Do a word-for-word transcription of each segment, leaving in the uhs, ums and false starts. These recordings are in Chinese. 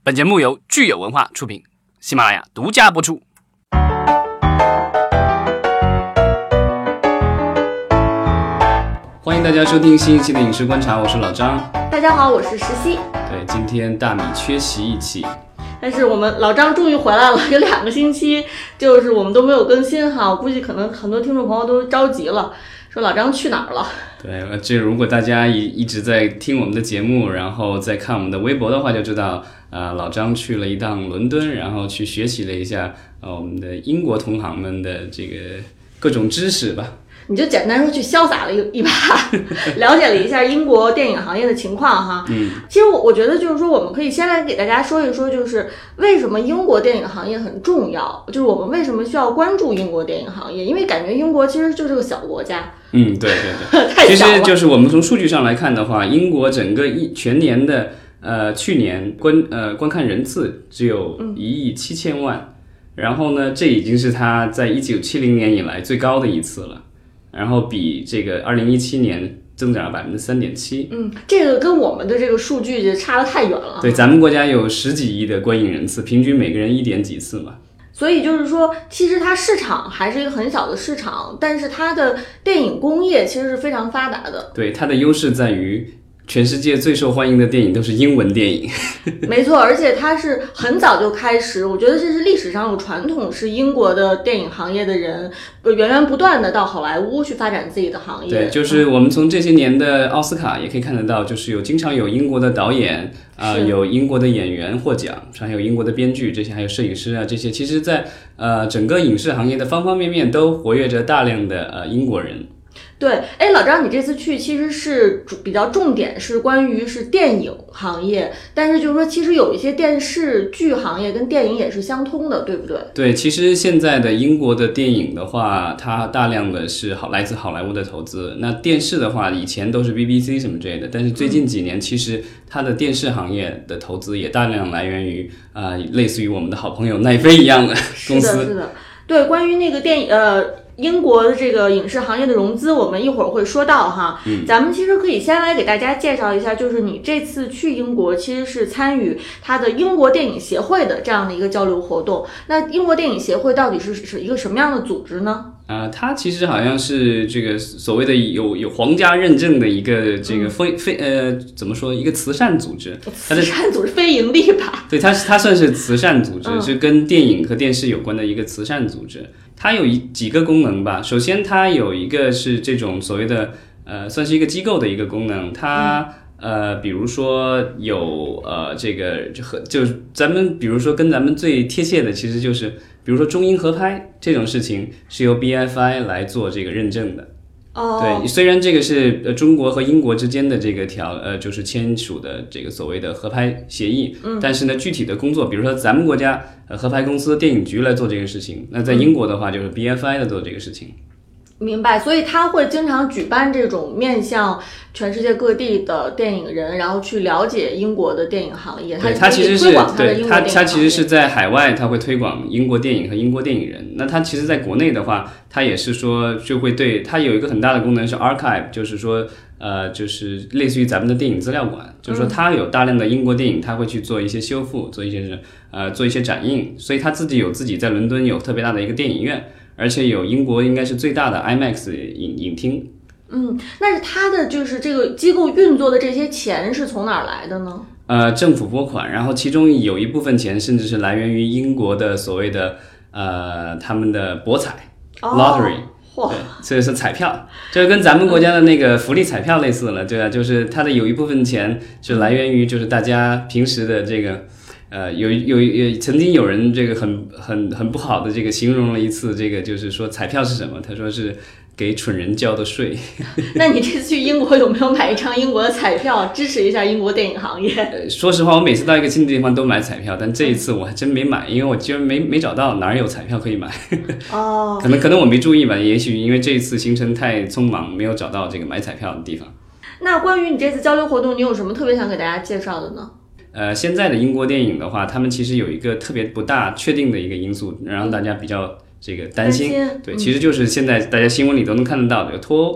本节目由聚友文化出品，喜马拉雅独家播出。欢迎大家收听新一期的影视观察，我是老张。 大家好，我是石溪。 对，今天大米缺席一期， 但是我们老张终于回来了，有两个星期就是我们都没有更新哈，我估计可能很多听众朋友都着急了，说老张去哪儿了。 对，这如果大家一一直在听我们的节目，然后再看我们的微博的话，就知道呃，老张去了一趟伦敦，然后去学习了一下呃我们的英国同行们的这个各种知识吧。 你就简单说去潇洒了一一把，了解了一下英国电影行业的情况哈。 嗯， 其实我我觉得就是说，我们可以先来给大家说一说，就是为什么英国电影行业很重要，就是我们为什么需要关注英国电影行业，因为感觉英国其实就是个小国家。 嗯，对对对， 太小了。 其实就是我们从数据上来看的话，英国整个一全年的呃去年观呃观看人次只有一亿七千万，嗯，然后呢，这已经是它在一九七零年以来最高的一次了。然后比这个二零一七年增长了百分之三点七， 嗯，这个跟我们的这个数据就差得太远了。 对，咱们国家有十几亿的观影人次，平均每个人一点几次嘛。 所以就是说，其实它市场还是一个很小的市场，但是它的电影工业其实是非常发达的。 对，它的优势在于全世界最受欢迎的电影都是英文电影。 没错，而且它是很早就开始，我觉得这是历史上有传统，是英国的电影行业的人源源不断的到好莱坞去发展自己的行业。 对，就是我们从这些年的奥斯卡也可以看得到，就是有经常有英国的导演啊、呃，有英国的演员获奖，还有英国的编剧，这些还有摄影师啊，这些其实在呃整个影视行业的方方面面都活跃着大量的呃英国人。 对，哎，老张，你这次去其实是比较重点是关于是电影行业，但是就是说，其实有一些电视剧行业跟电影也是相通的，对不对？ 对，其实现在的英国的电影的话，它大量的是好来自好莱坞的投资。那电视的话，以前都是 B B C 什么之类的，但是最近几年，其实它的电视行业的投资也大量来源于啊、呃，类似于我们的好朋友奈飞一样的公司。 是的，是的，对，关于那个电影呃。英国的这个影视行业的融资，我们一会儿会说到哈。嗯，咱们其实可以先来给大家介绍一下，就是你这次去英国其实是参与它的英国电影协会的这样的一个交流活动。那英国电影协会到底是是一个什么样的组织呢？ 呃，它其实好像是这个所谓的有有皇家认证的一个这个非、嗯、非呃怎么说一个慈善组织， 慈善组织非盈利吧？ 对，它它算是慈善组织， 嗯、 是跟电影和电视有关的一个慈善组织。它有一几个功能吧，首先它有一个是这种所谓的呃算是一个机构的一个功能，它、嗯、呃比如说有呃这个就和就是咱们比如说跟咱们最贴切的其实就是比如说中英合拍这种事情是由 B F I 来做这个认证的。 哦， 对，虽然这个是呃中国和英国之间的这个条呃就是签署的这个所谓的合拍协议，嗯，但是呢具体的工作，比如说咱们国家呃合拍公司电影局来做这个事情，那在英国的话就是 B F I 来做这个事情。 明白，所以他会经常举办这种面向全世界各地的电影人，然后去了解英国的电影行业。 对，他其实是对他他其实是在海外，他会推广英国电影和英国电影人。那他其实在国内的话，他也是说就会对他有一个很大的功能是 archive， 就是说呃就是类似于咱们的电影资料馆，就是说他有大量的英国电影，他会去做一些修复，做一些呃做一些展映，所以他自己有自己在伦敦有特别大的一个电影院。而且有英国应该是最大的 IMAX 影影厅。 嗯，那是它的就是这个机构运作的这些钱是从哪儿来的呢？ 呃，政府拨款，然后其中有一部分钱甚至是来源于英国的所谓的呃他们的博彩、哦、lottery。对，这是彩票，这跟咱们国家的那个福利彩票类似了，对吧？就是它的有一部分钱是来源于就是大家平时的这个。呃，有有有，曾经有人这个很很很不好的这个形容了一次，这个就是说彩票是什么？他说是给蠢人交的税。 那你这次去英国有没有买一张英国的彩票，支持一下英国电影行业？ 呃、说实话，我每次到一个新的地方都买彩票，但这一次我还真没买，因为我居然没没找到哪儿有彩票可以买。 哦， 可能可能我没注意吧，也许因为这一次行程太匆忙，没有找到这个买彩票的地方。 那关于你这次交流活动，你有什么特别想给大家介绍的呢？ 呃，现在的英国电影的话，他们其实有一个特别不大确定的一个因素，让大家比较这个担心。 担心对、嗯，其实就是现在大家新闻里都能看得到的脱欧。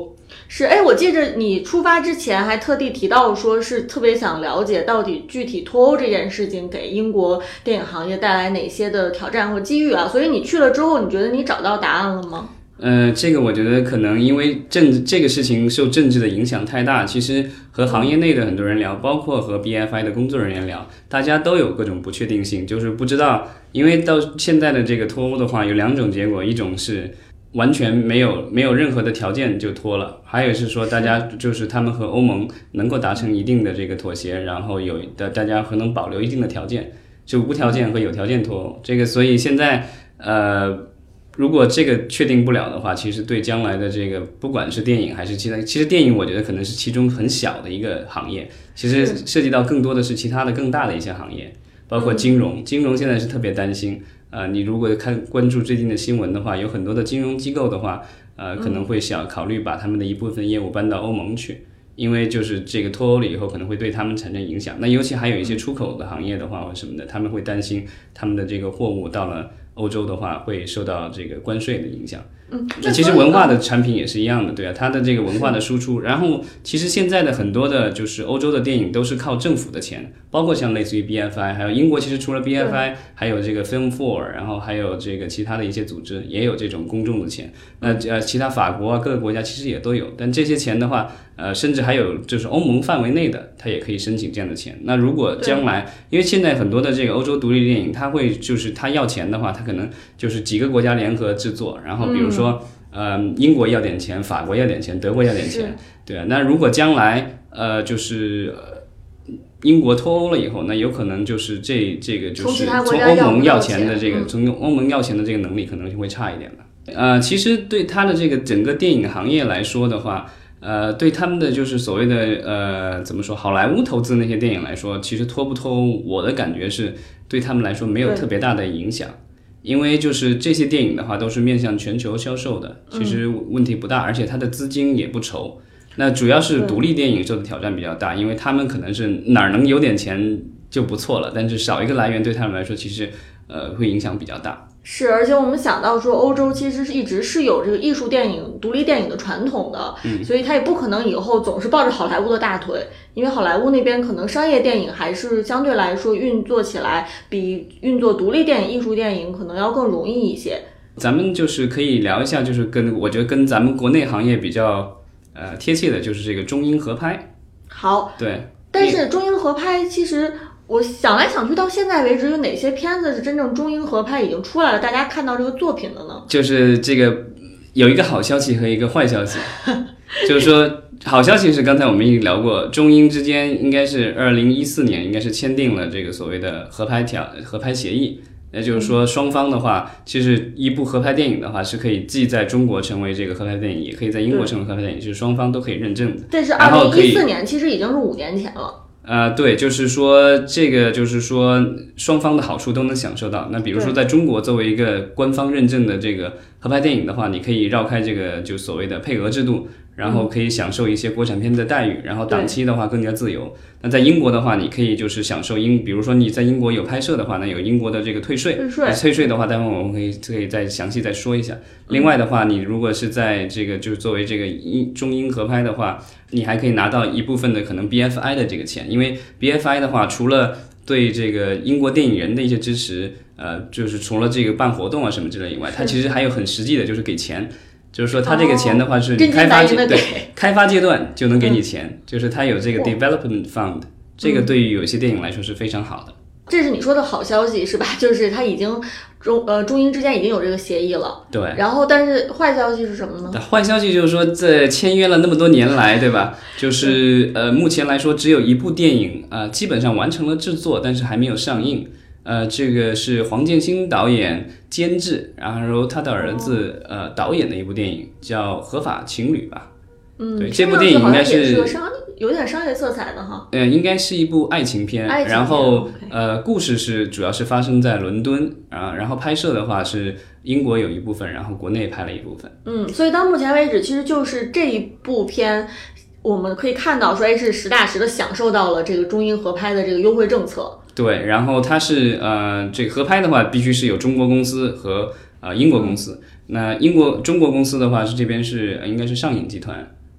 是，哎，我记着你出发之前还特地提到说是特别想了解到底具体脱欧这件事情给英国电影行业带来哪些的挑战和机遇啊，所以你去了之后，你觉得你找到答案了吗？ 呃，这个我觉得可能因为政治这个事情受政治的影响太大，其实和行业内的很多人聊，包括和 B F I 的工作人员聊，大家都有各种不确定性，就是不知道，因为到现在的这个脱欧的话，有两种结果，一种是完全没有没有任何的条件就脱了，还有是说大家就是他们和欧盟能够达成一定的这个妥协，然后有的大家可能保留一定的条件，就无条件和有条件脱欧，这个所以现在呃。如果这个确定不了的话，其实对将来的这个不管是电影还是其他，其实电影我觉得可能是其中很小的一个行业，其实涉及到更多的是其他的更大的一些行业，包括金融。金融现在是特别担心，呃，你如果看关注最近的新闻的话，有很多的金融机构的话，呃，可能会想考虑把他们的一部分业务搬到欧盟去。因为就是这个脱欧了以后可能会对他们产生影响，那尤其还有一些出口的行业的话或什么的，他们会担心他们的这个货物到了欧洲的话会受到这个关税的影响。 嗯， 那其实文化的产品也是一样的，对啊，它的这个文化的输出，然后其实现在的很多的就是欧洲的电影都是靠政府的钱，包括像类似于 B F I， 还有英国其实除了 B F I， 还有这个 Film For， 然后还有这个其他的一些组织也有这种公众的钱。那呃，其他法国啊各个国家其实也都有，但这些钱的话，呃，甚至还有就是欧盟范围内的，它也可以申请这样的钱。那如果将来，因为现在很多的这个欧洲独立电影，它会就是它要钱的话，它可能就是几个国家联合制作，然后比如说。嗯呃，英国要点钱，法国要点钱，德国要点钱，对啊。那如果将来呃，就是呃英国脱欧了以后，那有可能就是这这个就是从欧盟要钱的这个，从欧盟要钱的这个能力可能就会差一点了。呃，其实对它的这个整个电影行业来说的话，呃，对他们的就是所谓的呃怎么说，好莱坞投资那些电影来说，其实脱不脱欧，我的感觉是对他们来说没有特别大的影响。因为就是这些电影的话都是面向全球销售的，其实问题不大，而且它的资金也不愁。那主要是独立电影受的挑战比较大，因为他们可能是哪儿能有点钱就不错了，但是少一个来源对他们来说其实呃会影响比较大。 是，而且我们想到说，欧洲其实是一直是有这个艺术电影、独立电影的传统的，嗯，所以它也不可能以后总是抱着好莱坞的大腿，因为好莱坞那边可能商业电影还是相对来说运作起来比运作独立电影、艺术电影可能要更容易一些。 咱们就是可以聊一下，就是跟我觉得跟咱们国内行业比较呃贴切的，就是这个中英合拍。 好， 对， 但是中英合拍其实。我想来想去，到现在为止，有哪些片子是真正中英合拍已经出来了，大家看到这个作品了呢？ 就是这个有一个好消息和一个坏消息，就是说好消息是刚才我们已经聊过，中英之间应该是二零一四年应该是签订了这个所谓的合拍条合拍协议，也就是说双方的话，其实一部合拍电影的话是可以既在中国成为这个合拍电影，也可以在英国成为合拍电影，就是双方都可以认证的。 这是二零一四年，其实已经是五年前了。 呃，对，就是说这个，就是说双方的好处都能享受到。那比如说，在中国作为一个官方认证的这个合拍电影的话，你可以绕开这个就所谓的配额制度，然后可以享受一些国产片的待遇，然后档期的话更加自由。那在英国的话，你可以就是享受英，比如说你在英国有拍摄的话，那有英国的这个退税， 退税， 退税的话，待会我们可以可以再详细再说一下。另外的话，你如果是在这个就是作为这个英中英合拍的话，你还可以拿到一部分的可能 B F I 的这个钱，因为 B F I 的话，除了对这个英国电影人的一些支持，呃，就是除了这个办活动啊什么之类以外，它其实还有很实际的，就是给钱。就是说，它这个钱的话是开发阶、哦、对开发阶段就能给你钱，嗯、就是它有这个 development fund，、嗯、这个对于有些电影来说是非常好的。 这是你说的好消息是吧？就是它已经中呃中英之间已经有这个协议了。 对。 然后，但是坏消息是什么呢？ 坏消息就是说，在签约了那么多年来，对吧？就是呃，目前来说只有一部电影啊、呃，基本上完成了制作，但是还没有上映。呃，这个是黄建新导演监制，然后他的儿子、哦、呃导演的一部电影，叫《合法情侣》吧。 嗯， 对，这部电影应该是有商有点商业色彩的哈。 呃，应该是一部爱情片， 爱情片然后、 okay. 呃，故事是主要是发生在伦敦啊，然后拍摄的话是英国有一部分，然后国内拍了一部分。 嗯，所以到目前为止，其实就是这一部片。我们可以看到说，哎，是实打实的享受到了这个中英合拍的这个优惠政策。 对，然后它是呃，这个合拍的话，必须是有中国公司和呃英国公司。那英国中国公司的话是这边是应该是上影集团，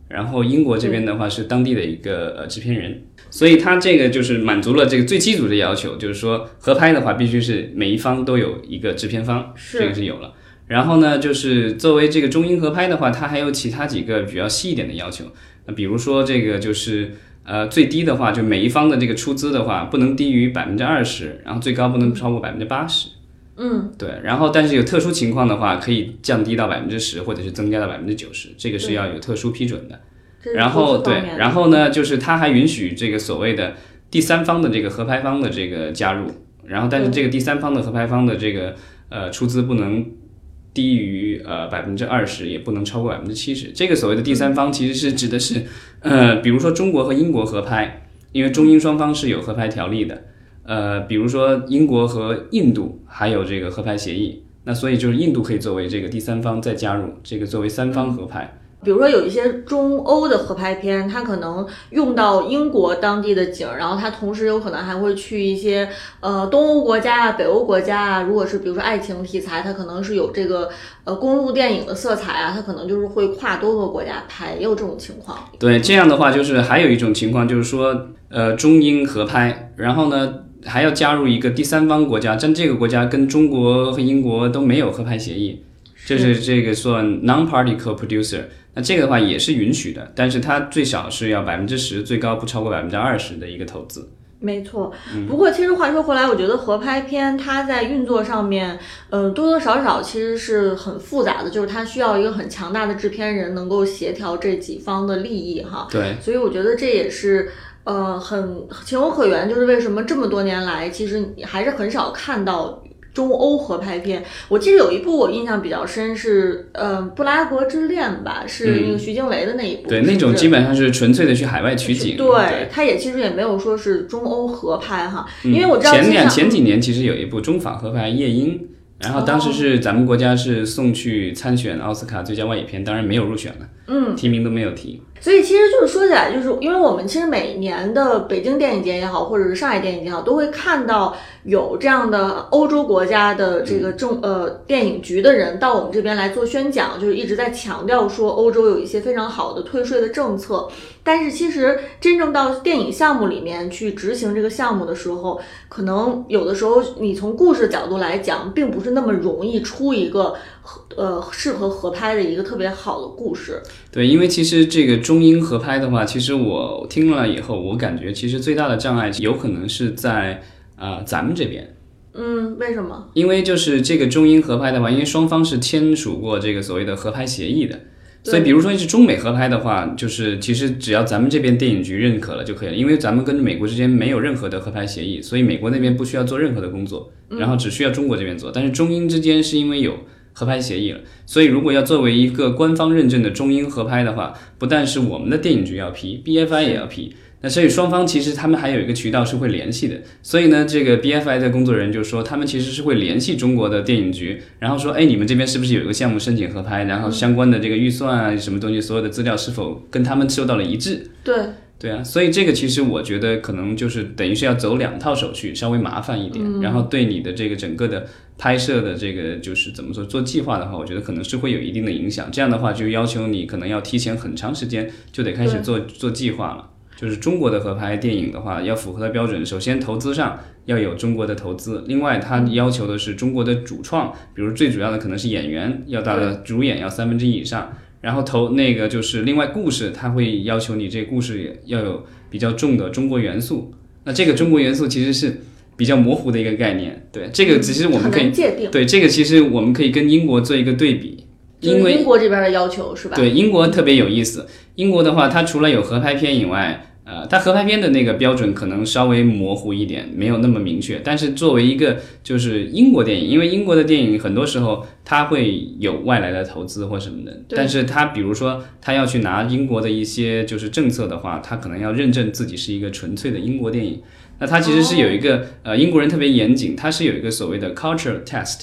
然后英国这边的话是当地的一个呃制片人，所以它这个就是满足了这个最基础的要求，就是说合拍的话必须是每一方都有一个制片方，这个是有了。然后呢，就是作为这个中英合拍的话，它还有其他几个比较细一点的要求。那比如说这个就是呃最低的话，就每一方的这个出资的话不能低于百分之二十，然后最高不能超过百分之八十。 嗯， 对。然后但是有特殊情况的话，可以降低到百分之十，或者是增加到百分之九十，这个是要有特殊批准的。然后对，然后呢，就是它还允许这个所谓的第三方的这个合拍方的这个加入，然后但是这个第三方的合拍方的这个呃出资不能低于呃百分之二十，也不能超过百分之七十。这个所谓的第三方其实是指的是，呃，比如说中国和英国合拍，因为中英双方是有合拍条例的，呃，比如说英国和印度还有这个合拍协议，那所以就是印度可以作为这个第三方再加入，这个作为三方合拍。 比如说有一些中欧的合拍片，它可能用到英国当地的景，然后它同时有可能还会去一些呃东欧国家啊、北欧国家啊。如果是比如说爱情题材，它可能是有这个呃公路电影的色彩啊，它可能就是会跨多个国家拍，也有这种情况。 对，这样的话就是还有一种情况就是说呃中英合拍，然后呢还要加入一个第三方国家，但这个国家跟中国和英国都没有合拍协议，就是这个算 non-party co-producer。那这个的话也是允许的，但是它最少是要百分之十，最高不超过百分之二十的一个投资。 没错，不过其实话说回来，我觉得合拍片它在运作上面，呃，多多少少其实是很复杂的，就是它需要一个很强大的制片人能够协调这几方的利益哈。 对， 所以我觉得这也是呃很情有可原，就是为什么这么多年来，其实你还是很少看到中欧合拍片。我记得有一部我印象比较深是呃布拉格之恋吧，是那个徐静蕾的那一部。 嗯、对，那种基本上是纯粹的去海外取景。 对，对它也其实也没有说是中欧合拍哈，嗯、因为我知道前两前几年其实有一部中法合拍《夜莺》，然后当时是咱们国家是送去参选奥斯卡最佳外语片，当然没有入选了，嗯，提名都没有提。 所以其实就是说起来，就是因为我们其实每年的北京电影节也好，或者是上海电影节也好，都会看到有这样的欧洲国家的这个政呃电影局的人到我们这边来做宣讲，就是一直在强调说欧洲有一些非常好的退税的政策。但是其实真正到电影项目里面去执行这个项目的时候，可能有的时候你从故事角度来讲，并不是那么容易出一个呃适合合拍的一个特别好的故事。 对，因为其实这个中英合拍的话，其实我听了以后，我感觉其实最大的障碍有可能是在啊、呃、咱们这边。 嗯，为什么？ 因为就是这个中英合拍的话，因为双方是签署过这个所谓的合拍协议的。所以比如说是中美合拍的话，就是其实只要咱们这边电影局认可了就可以了，因为咱们跟美国之间没有任何的合拍协议，所以美国那边不需要做任何的工作，然后只需要中国这边做。但是中英之间是因为有合拍协议了，所以如果要作为一个官方认证的中英合拍的话，不但是我们的电影局要批 ，B F I 也要批。那所以双方其实他们还有一个渠道是会联系的，所以呢，这个 B F I 的工作人员就说，他们其实是会联系中国的电影局，然后说，哎，你们这边是不是有一个项目申请合拍，然后相关的这个预算啊，什么东西，所有的资料是否跟他们收到了一致？ 对， 对啊，所以这个其实我觉得可能就是等于是要走两套手续，稍微麻烦一点，嗯、然后对你的这个整个的拍摄的这个就是怎么说做计划的话，我觉得可能是会有一定的影响。这样的话就要求你可能要提前很长时间就得开始做做计划了。就是中国的合拍电影的话，要符合的标准，首先投资上要有中国的投资，另外它要求的是中国的主创，比如最主要的可能是演员，要到的主演要三分之一以上，然后投那个就是另外故事，它会要求你这个故事要有比较重的中国元素。那这个中国元素其实是比较模糊的一个概念，对这个其实我们可以界定， 对这个其实我们可以跟英国做一个对比。因为英国这边的要求是吧？ 对，英国特别有意思。英国的话，它除了有合拍片以外，呃，它合拍片的那个标准可能稍微模糊一点，没有那么明确。但是作为一个就是英国电影，因为英国的电影很多时候它会有外来的投资或什么的，但是它比如说它要去拿英国的一些就是政策的话，它可能要认证自己是一个纯粹的英国电影。那它其实是有一个、哦、呃英国人特别严谨，它是有一个所谓的 culture test。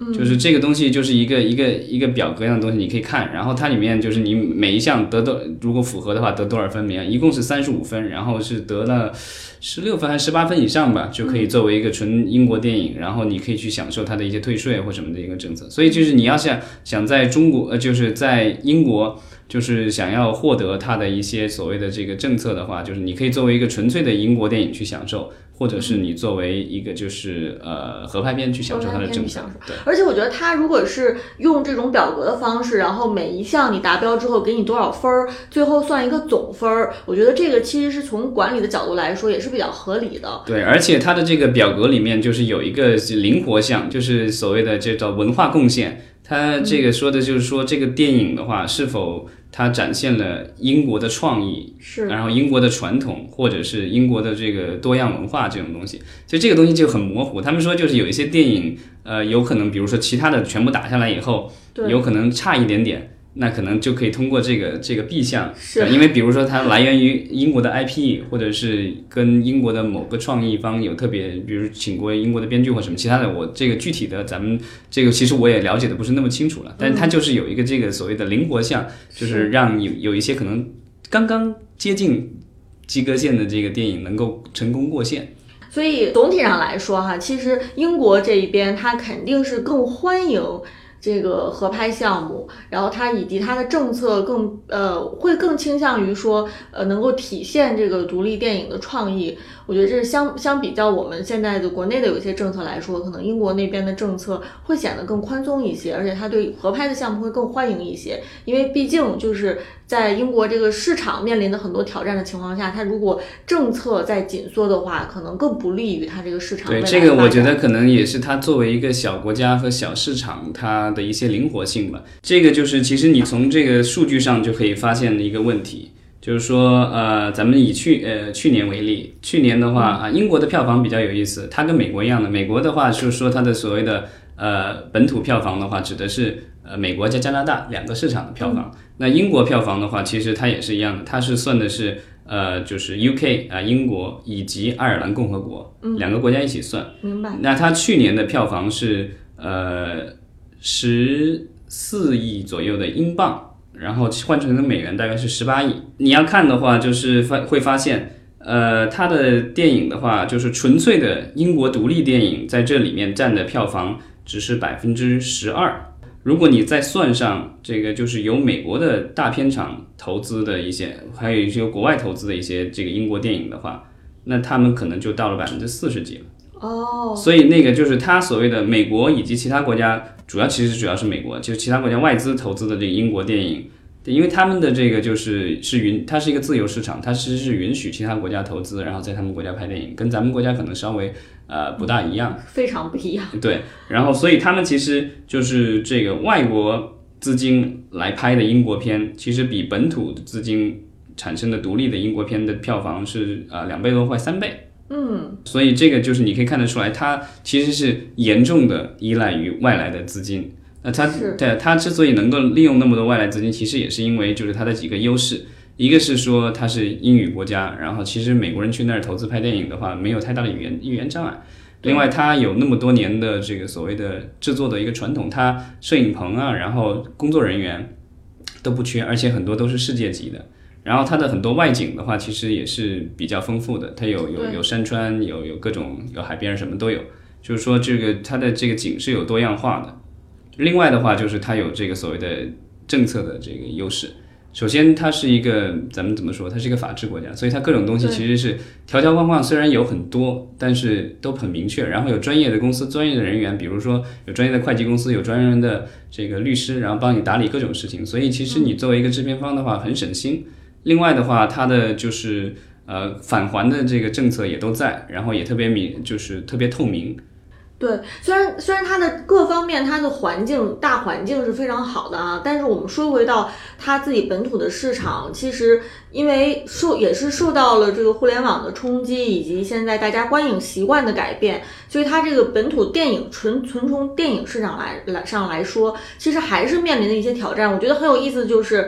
嗯、就是这个东西就是一个一个一个表格一样的东西，你可以看，然后它里面就是你每一项得多，如果符合的话得多少分，一共是三十五分，然后是得了十六分还是十八分以上吧，就可以作为一个纯英国电影，然后你可以去享受它的一些退税或什么的一个政策。所以就是你要想想在中国呃就是在英国就是想要获得它的一些所谓的这个政策的话，就是你可以作为一个纯粹的英国电影去享受，或者是你作为一个就是呃合拍片去享受它的政策。对， 而且我觉得它如果是用这种表格的方式，然后每一项你达标之后给你多少分，最后算一个总分，我觉得这个其实是从管理的角度来说也是比较合理的。 对，而且它的这个表格里面就是有一个灵活项，就是所谓的这叫文化贡献。它这个说的就是说这个电影的话是否它展现了英国的创意， 是， 然后英国的传统，或者是英国的这个多样文化这种东西，所以这个东西就很模糊。他们说就是有一些电影，呃，有可能比如说其他的全部打下来以后，有可能差一点点，那可能就可以通过这个这个 B 项， 是， 因为比如说它来源于英国的 I P， 或者是跟英国的某个创意方有特别，比如请过英国的编剧或什么其他的，我这个具体的咱们这个其实我也了解的不是那么清楚了，但是它就是有一个这个所谓的灵活项，就是让有有一些可能刚刚接近及格线的这个电影能够成功过线。 所以总体上来说哈，其实英国这一边它肯定是更欢迎这个合拍项目，然后它以及它的政策更呃会更倾向于说呃能够体现这个独立电影的创意。我觉得这是相相比较我们现在的国内的有一些政策来说，可能英国那边的政策会显得更宽松一些，而且它对合拍的项目会更欢迎一些。因为毕竟就是在英国这个市场面临的很多挑战的情况下，它如果政策在紧缩的话，可能更不利于它这个市场未来的发展。 对，这个我觉得可能也是它作为一个小国家和小市场它的一些灵活性吧。这个就是其实你从这个数据上就可以发现的一个问题。就是说，呃，咱们以去呃去年为例，去年的话啊，英国的票房比较有意思，它跟美国一样的。美国的话就是说它的所谓的呃本土票房的话，指的是呃美国加加拿大两个市场的票房。嗯、那英国票房的话，其实它也是一样的，它是算的是呃就是 U K 啊、呃、英国以及爱尔兰共和国、嗯、两个国家一起算。 明白。 那它去年的票房是呃十四亿左右的英镑。然后换成的美元大概是十八亿。你要看的话，就是发会发现，呃，它的电影的话，就是纯粹的英国独立电影在这里面占的票房只是百分之十二。如果你再算上这个，就是由美国的大片厂投资的一些，还有一些国外投资的一些这个英国电影的话，那他们可能就到了百分之四十几了。 哦， 所以那个就是他所谓的美国以及其他国家，主要其实主要是美国，就是其他国家外资投资的这个英国电影，因为他们的这个就是是允，它是一个自由市场，它其实是允许其他国家投资，然后在他们国家拍电影，跟咱们国家可能稍微呃不大一样， 非常不一样。 对，然后所以他们其实就是这个外国资金来拍的英国片，其实比本土资金产生的独立的英国片的票房是啊、呃、两倍多或三倍。 嗯， 所以这个就是你可以看得出来，它其实是严重的依赖于外来的资金。那它对它之所以能够利用那么多外来资金，其实也是因为就是它的几个优势，一个是说它是英语国家，然后其实美国人去那儿投资拍电影的话，没有太大的语言语言障碍。另外，它有那么多年的这个所谓的制作的一个传统，它摄影棚啊，然后工作人员都不缺，而且很多都是世界级的。然后它的很多外景的话，其实也是比较丰富的，它有有有山川，有有各种有海边什么都有，就是说这个它的这个景是有多样化的。另外的话，就是它有这个所谓的政策的这个优势。首先，它是一个咱们怎么说？它是一个法治国家，所以它各种东西其实是条条框框，虽然有很多，但是都很明确。然后有专业的公司、专业的人员，比如说有专业的会计公司，有专业的这个律师，然后帮你打理各种事情。所以其实你作为一个制片方的话，很省心。另外的话，它的就是呃返还的这个政策也都在，然后也特别明，就是特别透明。 对，虽然虽然它的各方面它的环境大环境是非常好的啊，但是我们说回到它自己本土的市场，其实因为受也是受到了这个互联网的冲击，以及现在大家观影习惯的改变，所以它这个本土电影纯纯从电影市场来来上来说，其实还是面临的一些挑战。我觉得很有意思，就是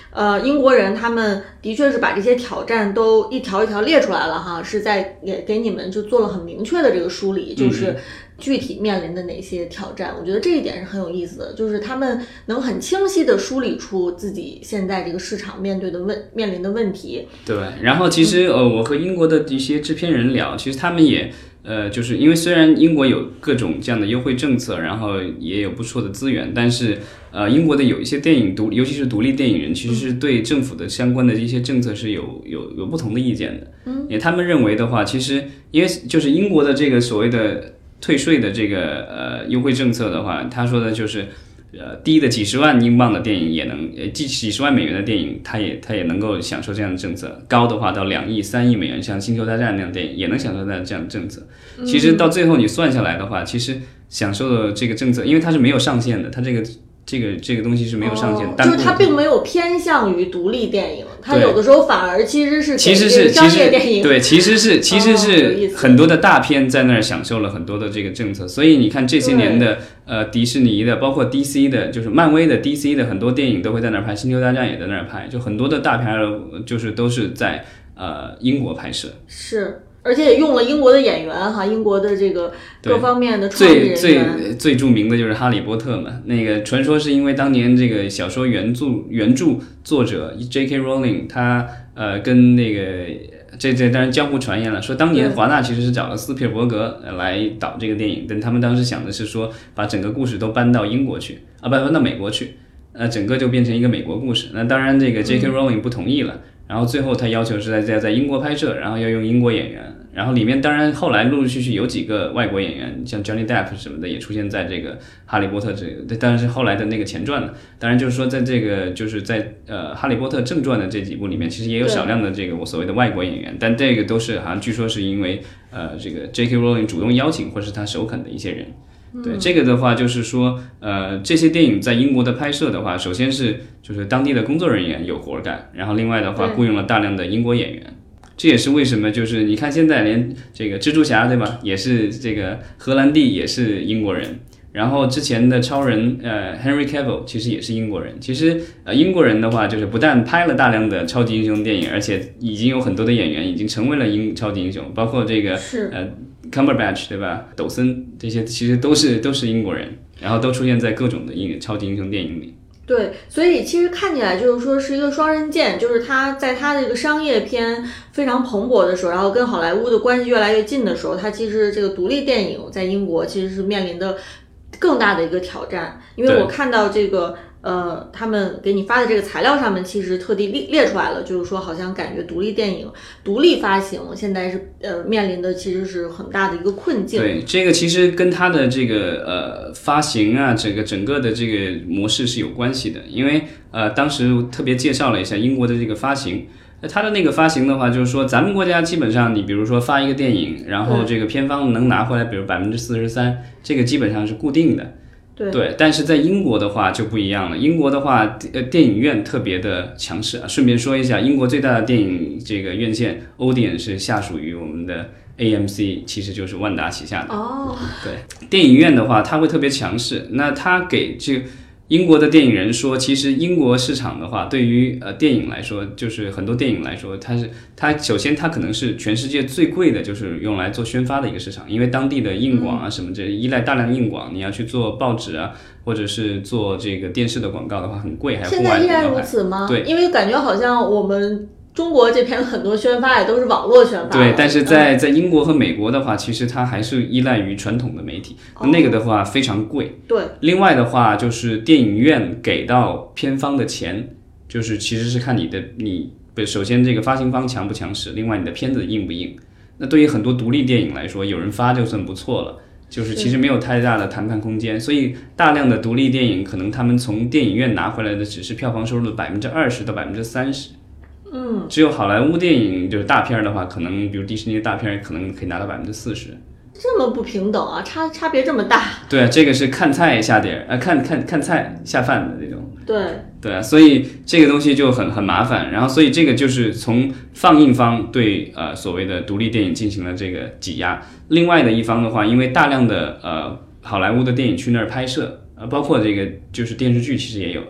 呃，英国人他们的确是把这些挑战都一条一条列出来了哈，是在也给你们就做了很明确的这个梳理，就是具体面临的哪些挑战。我觉得这一点是很有意思的，就是他们能很清晰的梳理出自己现在这个市场面对的问面临的问题。 对，然后其实呃，我和英国的一些制片人聊，其实他们也。呃，就是因为虽然英国有各种这样的优惠政策，然后也有不错的资源，但是呃，英国的有一些电影独，尤其是独立电影人，其实是对政府的相关的一些政策是有有有不同的意见的。嗯，也他们认为的话，其实因为就是英国的这个所谓的退税的这个呃优惠政策的话，他说的就是。呃，低的几十万英镑的电影也能，呃，几几十万美元的电影，它也它也能够享受这样的政策。高的话到两亿、三亿美元，像《星球大战》那样的电影也能享受到这样的政策。其实到最后你算下来的话，其实享受的这个政策，因为它是没有上限的，它这个这个这个东西是没有上限的， 哦、就是它并没有偏向于独立电影，它有的时候反而其实是其实是商业电影， 对，其实是其实是很多的大片在那儿享受了很多的这个政策，所以你看这些年的呃迪士尼的，包括 D C 的，就是漫威的 D C 的很多电影都会在那儿拍，星球大战也在那儿拍，就很多的大片就是都是在呃英国拍摄， 是。而且也用了英国的演员哈，英国的这个各方面的创意人员。 最最最著名的就是哈利波特嘛，那个传说是因为当年这个小说原著原著作者 J K Rowling 他呃跟那个这这当然江湖传言了，说当年华纳其实是找了斯皮尔伯格来导这个电影，但他们当时想的是说把整个故事都搬到英国去啊，搬搬到美国去，呃，整个就变成一个美国故事。那当然这个 J K Rowling 不同意了。嗯，然后最后他要求是在在在英国拍摄，然后要用英国演员，然后里面当然后来陆陆续续有几个外国演员，像 Johnny Depp 什么的也出现在这个哈利波特这个，当然是后来的那个前传了。当然就是说在这个就是在呃哈利波特正传的这几部里面，其实也有少量的这个我所谓的外国演员，但这个都是好像据说是因为呃这个 J K Rowling 主动邀请或是他首肯的一些人。对，这个的话就是说，呃，这些电影在英国的拍摄的话，首先是就是当地的工作人员有活干，然后另外的话雇佣了大量的英国演员，这也是为什么就是你看现在连这个蜘蛛侠对吧，也是这个荷兰弟也是英国人，然后之前的超人呃 Henry Cavill 其实也是英国人，其实呃英国人的话就是不但拍了大量的超级英雄电影，而且已经有很多的演员已经成为了英超级英雄，包括这个呃。Cumberbatch 对吧？抖森这些其实都是都是英国人，然后都出现在各种的英超级英雄电影里。 对，所以其实看起来就是说是一个双刃剑，就是他在他这个商业片非常蓬勃的时候，然后跟好莱坞的关系越来越近的时候，他其实这个独立电影在英国其实是面临的更大的一个挑战。因为我看到这个呃，他们给你发的这个材料上面其实特地列列出来了，就是说好像感觉独立电影独立发行现在是呃面临的其实是很大的一个困境。 对，这个其实跟它的这个呃发行啊，整个整个的这个模式是有关系的，因为呃当时特别介绍了一下英国的这个发行。它的那个发行的话，就是说咱们国家基本上，你比如说发一个电影，然后这个片方能拿回来，比如百分之四十三，这个基本上是固定的。 对, 对，但是在英国的话就不一样了。英国的话，呃，电影院特别的强势啊。顺便说一下，英国最大的电影这个院线 Odeon 是下属于我们的 A M C， 其实就是万达旗下的。 哦， 对，电影院的话，它会特别强势。那它给这个英国的电影人说，其实英国市场的话，对于呃电影来说，就是很多电影来说，它是它首先它可能是全世界最贵的，就是用来做宣发的一个市场，因为当地的硬广啊什么这依赖大量硬广，你要去做报纸啊，或者是做这个电视的广告的话很贵，还有现在依然如此吗？ 对， 因为感觉好像我们中国这边很多宣发也都是网络宣发。 对，但是在在英国和美国的话，其实它还是依赖于传统的媒体，哦、那个的话非常贵。 对， 另外的话就是电影院给到片方的钱，就是其实是看你的你首先这个发行方强不强势，另外你的片子硬不硬。那对于很多独立电影来说，有人发就算不错了。就是其实没有太大的谈判空间，所以大量的独立电影可能他们从电影院拿回来的只是票房收入的百分之二十到百分之三十。 嗯， 只有好莱坞电影就是大片的话，可能比如迪士尼的大片可能可以拿到百分之四十。 这么不平等啊，差差别这么大。 对啊，这个是看菜下碟啊，看看看菜下饭的那种。 对对啊，所以这个东西就很很麻烦。然后，所以这个就是从放映方对呃所谓的独立电影进行了这个挤压。另外的一方的话，因为大量的呃好莱坞的电影去那儿拍摄，呃包括这个就是电视剧其实也有。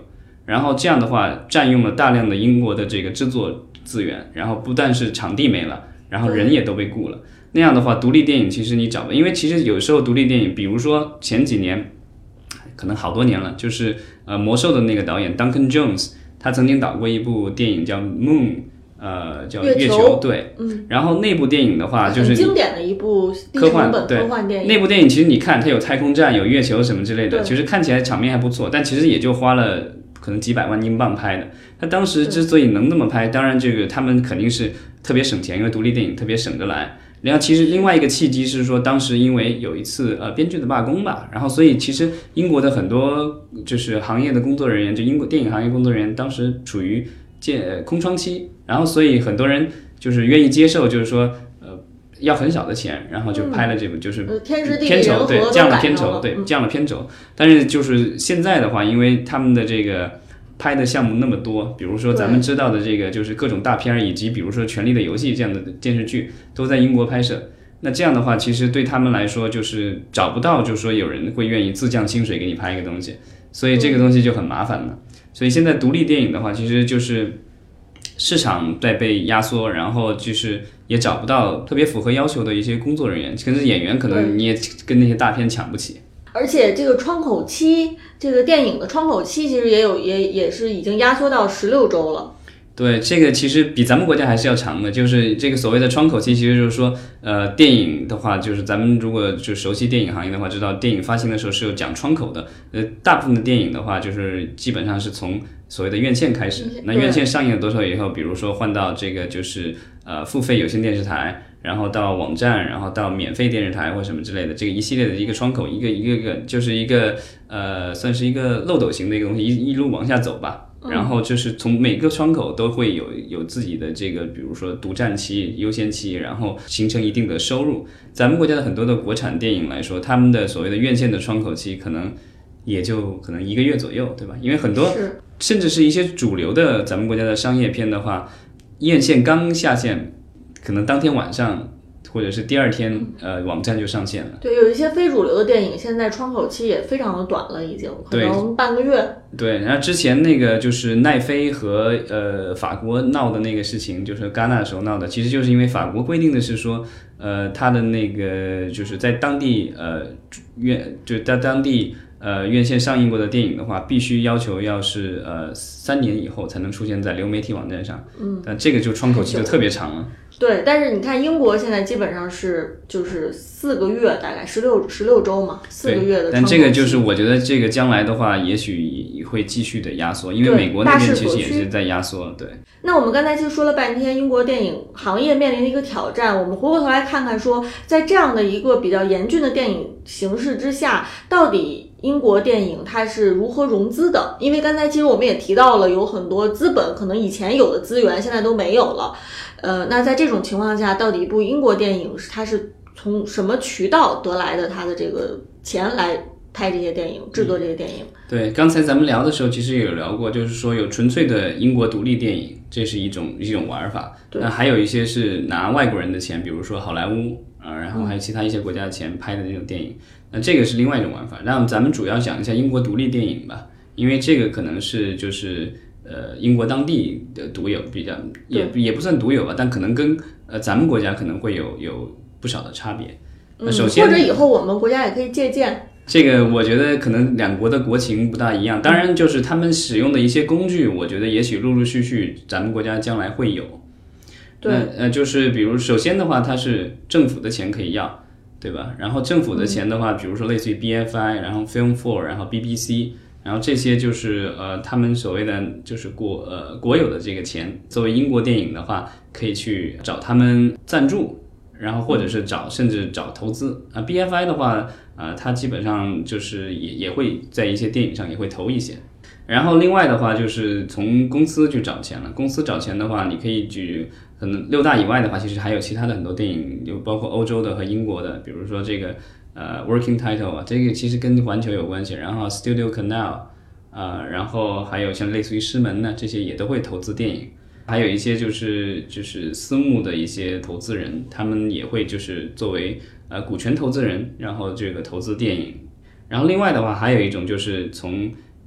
然后这样的话占用了大量的英国的这个制作资源，然后不但是场地没了，然后人也都被雇了。那样的话，独立电影其实你找不，因为其实有时候独立电影，比如说前几年，可能好多年了，就是呃魔兽的那个导演 Duncan Jones， 他曾经导过一部电影叫 Moon。呃，叫月球， 月球对， 嗯， 然后那部电影的话，就是很经典的一部科幻本科幻电影。 那部电影其实你看，它有太空站、有月球什么之类的，其实看起来场面还不错，但其实也就花了可能几百万英镑拍的。他当时之所以能那么拍，当然这个他们肯定是特别省钱，因为独立电影特别省得来。然后其实另外一个契机是说，当时因为有一次呃编剧的罢工吧，然后所以其实英国的很多就是行业的工作人员，就英国电影行业工作人员，当时处于建空窗期，然后所以很多人就是愿意接受，就是说呃要很少的钱，然后就拍了这部、嗯、就是天时地利片酬，对，降了片酬， 对，降了片酬。但是就是现在的话，因为他们的这个拍的项目那么多，比如说咱们知道的这个就是各种大片，以及比如说《权力的游戏》这样的电视剧都在英国拍摄。那这样的话，其实对他们来说就是找不到，就是说有人会愿意自降薪水给你拍一个东西，所以这个东西就很麻烦了。所以现在独立电影的话，其实就是市场在被压缩，然后就是也找不到特别符合要求的一些工作人员，甚至演员可能你也跟那些大片抢不起。 而且这个窗口期，这个电影的窗口期其实也有也也是已经压缩到十六周了。 对，这个其实比咱们国家还是要长的，就是这个所谓的窗口期，其实就是说，呃，电影的话，就是咱们如果就熟悉电影行业的话，知道电影发行的时候是有讲窗口的。呃，大部分的电影的话，就是基本上是从所谓的院线开始，那院线上映了多少以后，比如说换到这个就是呃付费有线电视台，然后到网站，然后到免费电视台或什么之类的，这个一系列的一个窗口，一个一个一个就是一个呃算是一个漏斗型的一个东西，一一路往下走吧。然后就是从每个窗口都会有有自己的这个，比如说独占期、优先期，然后形成一定的收入。咱们国家的很多的国产电影来说，他们的所谓的院线的窗口期可能也就可能一个月左右，对吧？因为很多甚至是一些主流的咱们国家的商业片的话，院线刚下线，可能当天晚上或者是第二天，呃，网站就上线了。 对，有一些非主流的电影，现在窗口期也非常的短了，已经可能半个月。 对，然后之前那个就是奈飞和呃法国闹的那个事情，就是戛纳的时候闹的，其实就是因为法国规定的是说，呃，他的那个就是在当地呃院就在当地呃院线上映过的电影的话，必须要求要是呃三年以后才能出现在流媒体网站上。嗯，但这个就窗口期就特别长了。 对，但是你看英国现在基本上是就是四个月，大概十六十六周嘛，四个月的。 但这个就是我觉得这个将来的话，也许也会继续的压缩，因为美国那边其实也是在压缩。对。 那我们刚才其实说了半天，英国电影行业面临的一个挑战，我们回过头来看看说，在这样的一个比较严峻的电影形势之下，到底英国电影它是如何融资的？因为刚才其实我们也提到了，有很多资本可能以前有的资源现在都没有了。呃，那在这种情况下，到底一部英国电影它是从什么渠道得来的它的这个钱来拍这些电影、制作这些电影？ 对，刚才咱们聊的时候其实也有聊过，就是说有纯粹的英国独立电影，这是一种一种玩法。那还有一些是拿外国人的钱，比如说好莱坞啊，然后还有其他一些国家的钱拍的那种电影。那这个是另外一种玩法。那咱们主要讲一下英国独立电影吧，因为这个可能是就是呃英国当地的独有，比较也也不算独有吧，但可能跟呃咱们国家可能会有有不少的差别。那首先、 嗯、或者以后我们国家也可以借鉴。 这个我觉得可能两国的国情不大一样，当然就是他们使用的一些工具，我觉得也许陆陆续续咱们国家将来会有。 对， 呃，就是比如首先的话，它是政府的钱可以要，对吧？然后政府的钱的话，嗯、比如说类似于 B F I， 然后 Film Four， 然后 B B C， 然后这些就是呃他们所谓的就是国呃国有的这个钱，作为英国电影的话，可以去找他们赞助。然后或者是找甚至找投资啊 ，B F I 的话，啊，它基本上就是也也会在一些电影上也会投一些。然后另外的话就是从公司去找钱了。公司找钱的话，你可以举可能六大以外的话，其实还有其他的很多电影，有包括欧洲的和英国的，比如说这个呃 Working Title 啊，这个其实跟环球有关系。然后 Studio Canal 啊、呃，然后还有像类似于狮门呢，这些也都会投资电影。还有一些就是就是私募的一些投资人，他们也会就是作为呃股权投资人，然后这个投资电影。然后另外的话，还有一种就是从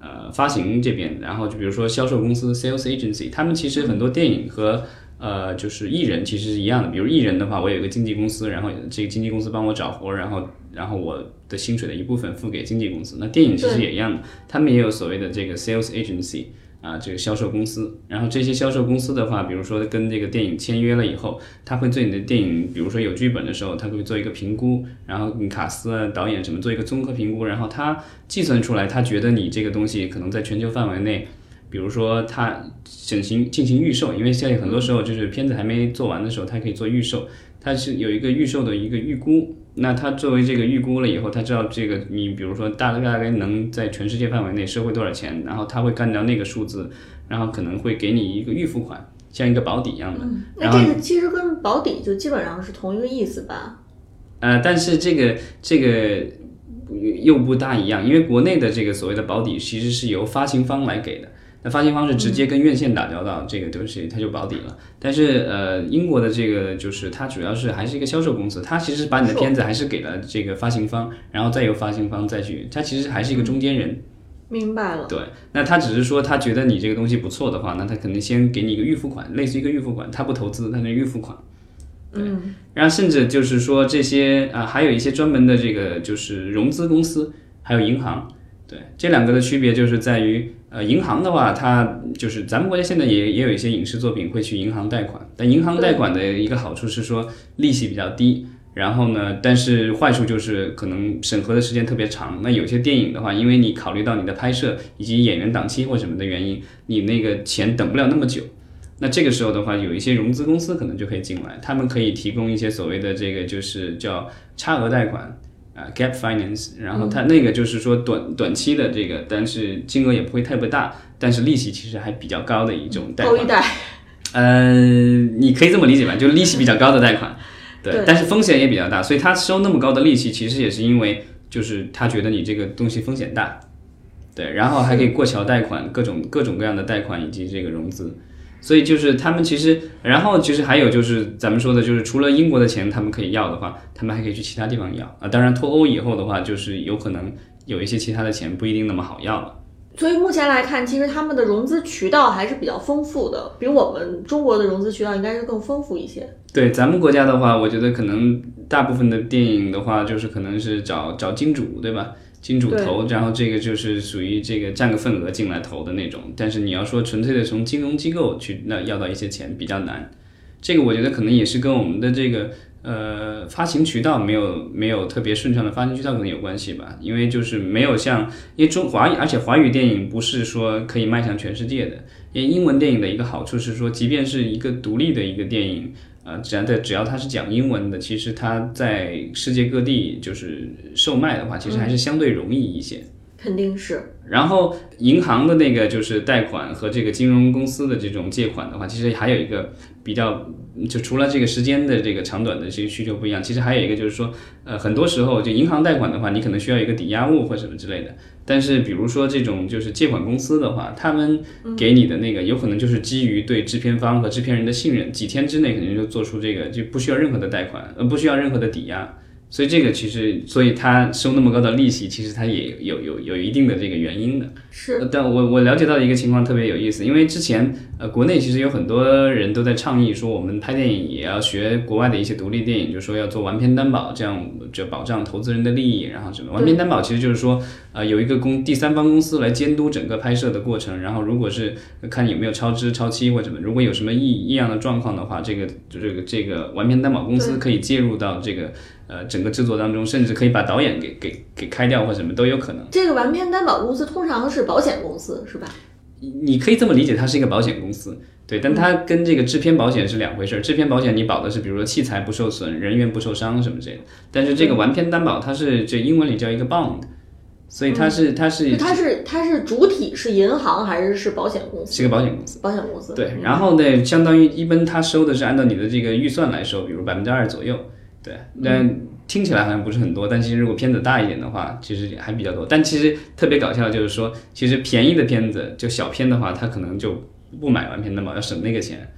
呃发行这边，然后就比如说销售公司 sales agency， 他们其实很多电影和呃就是艺人其实是一样的。比如艺人的话，我有一个经纪公司，然后这个经纪公司帮我找活，然后然后我的薪水的一部分付给经纪公司。那电影其实也一样的，他们也有所谓的这个 sales agency。啊，这个销售公司，然后这些销售公司的话，比如说跟这个电影签约了以后，他会对你的电影，比如说有剧本的时候，他会做一个评估，然后你卡斯啊、导演什么做一个综合评估，然后他计算出来，他觉得你这个东西可能在全球范围内，比如说他进行进行预售，因为现在很多时候就是片子还没做完的时候，他可以做预售，他是有一个预售的一个预估。那他作为这个预估了以后，他知道这个你比如说大大概能在全世界范围内收回多少钱，然后他会干掉那个数字，然后可能会给你一个预付款，像一个保底一样的。 嗯、那这个其实跟保底就基本上是同一个意思吧？ 呃，但是这个这个又不大一样，因为国内的这个所谓的保底其实是由发行方来给的。那发行方是直接跟院线打交道，嗯、这个东西它就保底了。但是呃，英国的这个就是它主要是还是一个销售公司，它其实把你的片子还是给了这个发行方，然后再由发行方再去，它其实还是一个中间人。嗯、 明白了。 对，那他只是说他觉得你这个东西不错的话，那他可能先给你一个预付款，类似于一个预付款，他不投资，他是预付款。对，嗯、然后甚至就是说这些啊，还有一些专门的这个就是融资公司，还有银行。对，这两个的区别就是在于，呃，银行的话，它就是咱们国家现在也也有一些影视作品会去银行贷款，但银行贷款的一个好处是说利息比较低，然后呢，但是坏处就是可能审核的时间特别长。那有些电影的话，因为你考虑到你的拍摄以及演员档期或什么的原因，你那个钱等不了那么久。那这个时候的话，有一些融资公司可能就可以进来，他们可以提供一些所谓的这个就是叫差额贷款。啊 ，gap finance， 然后它那个就是说短短期的这个，但是金额也不会特别大，但是利息其实还比较高的一种贷款。 高利贷。 呃，你可以这么理解吧，就是利息比较高的贷款，对， 对， 但是风险也比较大，所以他收那么高的利息，其实也是因为就是他觉得你这个东西风险大，对，然后还可以过桥贷款，各种各种各样的贷款以及这个融资。所以就是他们其实，然后其实还有就是咱们说的，就是除了英国的钱他们可以要的话，他们还可以去其他地方要啊。当然脱欧以后的话，就是有可能有一些其他的钱不一定那么好要了。 所以目前来看，其实他们的融资渠道还是比较丰富的，比我们中国的融资渠道应该是更丰富一些。 对，咱们国家的话，我觉得可能大部分的电影的话，就是可能是找找金主，对吧？金主投，然后这个就是属于这个占个份额进来投的那种，但是你要说纯粹的从金融机构去那要到一些钱比较难，这个我觉得可能也是跟我们的这个呃发行渠道没有没有特别顺畅的发行渠道可能有关系吧，因为就是没有像因为中华语，而且华语电影不是说可以迈向全世界的，因为英文电影的一个好处是说，即便是一个独立的一个电影。呃，只要在只要它是讲英文的，其实它在世界各地就是售卖的话，其实还是相对容易一些。嗯、 肯定是。 然后银行的那个就是贷款和这个金融公司的这种借款的话，其实还有一个比较，就除了这个时间的这个长短的这个需求不一样，其实还有一个就是说，呃，很多时候就银行贷款的话，你可能需要一个抵押物或什么之类的。但是比如说这种就是借款公司的话，他们给你的那个有可能就是基于对制片方和制片人的信任，几天之内肯定就做出这个，就不需要任何的贷款，呃，不需要任何的抵押。所以这个其实，所以他收那么高的利息，其实他也有有有一定的这个原因的。 是， 但我我了解到的一个情况特别有意思，因为之前呃国内其实有很多人都在倡议说，我们拍电影也要学国外的一些独立电影，就是说要做完片担保，这样就保障投资人的利益，然后什么完片担保其实就是说呃有一个公第三方公司来监督整个拍摄的过程，然后如果是看有没有超支、超期或者什么，如果有什么异异样的状况的话，这个这个这个完片担保公司可以介入到这个。呃，整个制作当中，甚至可以把导演给给给开掉或什么都有可能。 这个完片担保公司通常是保险公司，是吧？ 你可以这么理解，它是一个保险公司，对，但它跟这个制片保险是两回事。制片保险你保的是比如说器材不受损、人员不受伤什么之类的，但是这个完片担保它是这英文里叫一个 bond， 所以它是、嗯、它是它是它是主体是银行还是是保险公司？ 是个保险公司， 保险公司。 对，然后呢，相当于一般它收的是按照你的这个预算来收，比如百分之二左右。对，但听起来好像不是很多，但其实如果片子大一点的话，其实还比较多。但其实特别搞笑的就是说，其实便宜的片子就小片的话，它可能就不买完片担保，要省那个钱。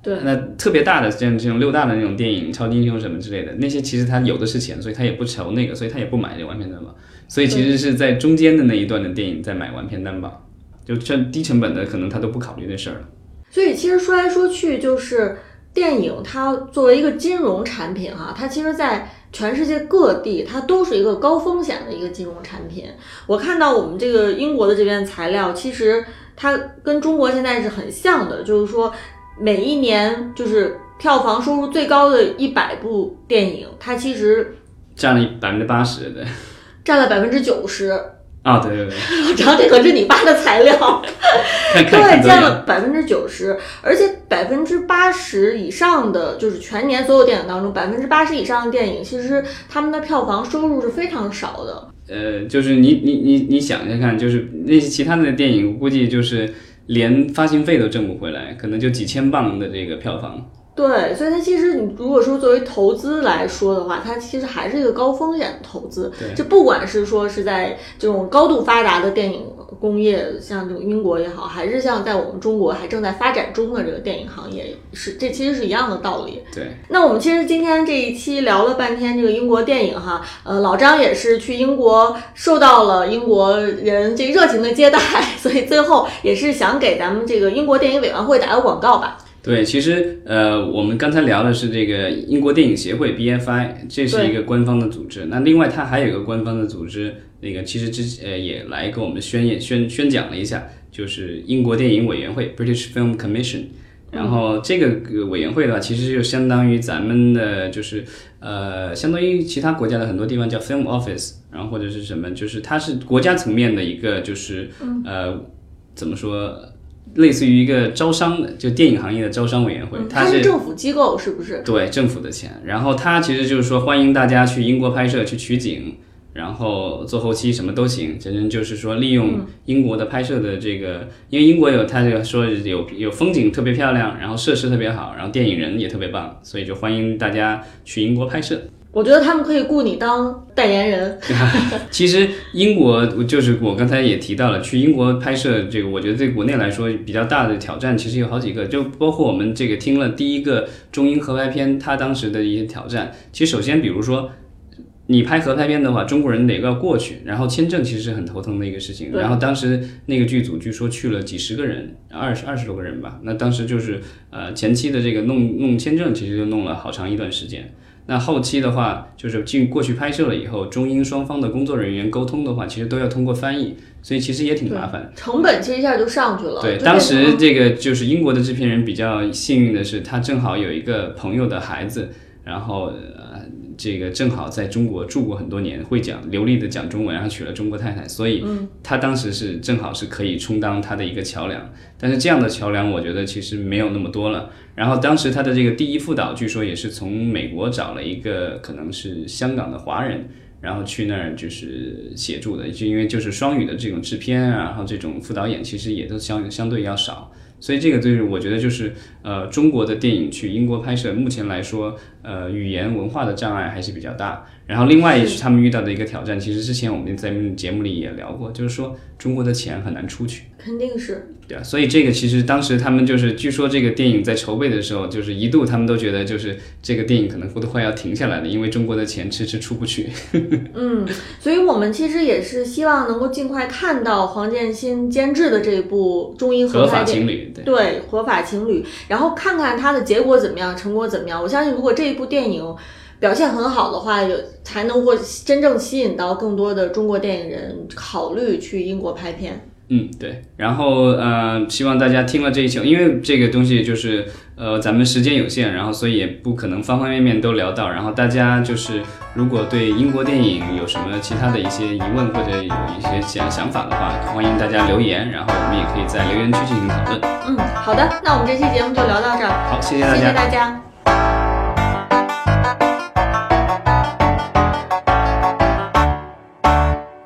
对， 那特别大的这样这种六大的那种电影，超级英雄什么之类的，那些其实他有的是钱，所以他也不愁那个，所以他也不买这完片担保。所以其实是在中间的那一段的电影在买完片担保，就这低成本的可能他都不考虑这事儿了。 所以其实说来说去，就是电影它作为一个金融产品哈，它其实在全世界各地它都是一个高风险的一个金融产品。我看到我们这个英国的这边材料，其实它跟中国现在是很像的，就是说每一年就是票房收入最高的一百部电影，它其实占了百分之八十，对， 占了百分之九十。 啊，对对对， 然后这可是你发的材料，对，占了百分之九十，而且百分之八十以上的，就是全年所有电影当中，百分之八十以上的电影，其实他们的票房收入是非常少的。 呃，就是你你你你想一下看，就是那些其他的电影，估计就是连发行费都挣不回来，可能就几千磅的这个票房。 对，所以它其实你如果说作为投资来说的话，它其实还是一个高风险的投资。这不管是说是在这种高度发达的电影工业，像这种英国也好，还是像在我们中国还正在发展中的这个电影行业，是这其实是一样的道理。 对。 那我们其实今天这一期聊了半天这个英国电影哈，呃，老张也是去英国受到了英国人这热情的接待，所以最后也是想给咱们这个英国电影委员会打个广告吧。 对，其实呃，我们刚才聊的是这个英国电影协会 B F I， 这是一个官方的组织。那另外它还有一个官方的组织，那个其实之呃也来给我们宣演宣宣讲了一下，就是英国电影委员会 British Film Commission。然后这个委员会的话，其实就相当于咱们的就是呃，相当于其他国家的很多地方叫 Film Office， 然后或者是什么，就是它是国家层面的一个就是呃怎么说？类似于一个招商的，就电影行业的招商委员会， 嗯、 它是政府机构，是不是？ 对，政府的钱。然后它其实就是说，欢迎大家去英国拍摄、去取景，然后做后期，什么都行。真正就是说，利用英国的拍摄的这个，嗯、因为英国有它这个说有有风景特别漂亮，然后设施特别好，然后电影人也特别棒，所以就欢迎大家去英国拍摄。 我觉得他们可以雇你当代言人。 其实英国就是我刚才也提到了，去英国拍摄这个，我觉得对国内来说比较大的挑战，其实有好几个，就包括我们这个听了第一个中英合拍片，它当时的一些挑战。其实首先，比如说你拍合拍片的话，中国人得要过去，然后签证其实是很头疼的一个事情。然后当时那个剧组据说去了几十个人，二十二十多个人吧。那当时就是呃前期的这个弄弄签证，其实就弄了好长一段时间。那后期的话，就是进过去拍摄了以后，中英双方的工作人员沟通的话，其实都要通过翻译，所以其实也挺麻烦。 成本其实一下就上去了。 对，当时这个就是英国的制片人比较幸运的是，他正好有一个朋友的孩子，然后呃，这个正好在中国住过很多年，会讲流利的讲中文，然后娶了中国太太，所以他当时是正好是可以充当他的一个桥梁。但是这样的桥梁，我觉得其实没有那么多了。然后当时他的这个第一副导，据说也是从美国找了一个可能是香港的华人，然后去那儿就是协助的，就因为就是双语的这种制片啊，然后这种副导演其实也都相相对要少。所以这个就是我觉得就是呃中国的电影去英国拍摄，目前来说呃语言文化的障碍还是比较大。然后另外也是他们遇到的一个挑战，其实之前我们在节目里也聊过，就是说中国的钱很难出去。 肯定是。 对啊，所以这个其实当时他们就是据说这个电影在筹备的时候，就是一度他们都觉得就是这个电影可能都快要停下来了，因为中国的钱迟迟出不去。 嗯，所以我们其实也是希望能够尽快看到黄建新监制的这部中英合拍电影。 合法情侣。对, 对，合法情侣，然后看看它的结果怎么样，成果怎么样。我相信如果这一部电影表现很好的话，有才能会真正吸引到更多的中国电影人考虑去英国拍片。 嗯，对。然后呃，希望大家听了这一期，因为这个东西就是呃，咱们时间有限，然后所以也不可能方方面面都聊到。然后大家就是如果对英国电影有什么其他的一些疑问或者有一些想想法的话，欢迎大家留言，然后我们也可以在留言区进行讨论。 嗯，好的，那我们这期节目就聊到这儿。 好，谢谢大家。 谢谢大家。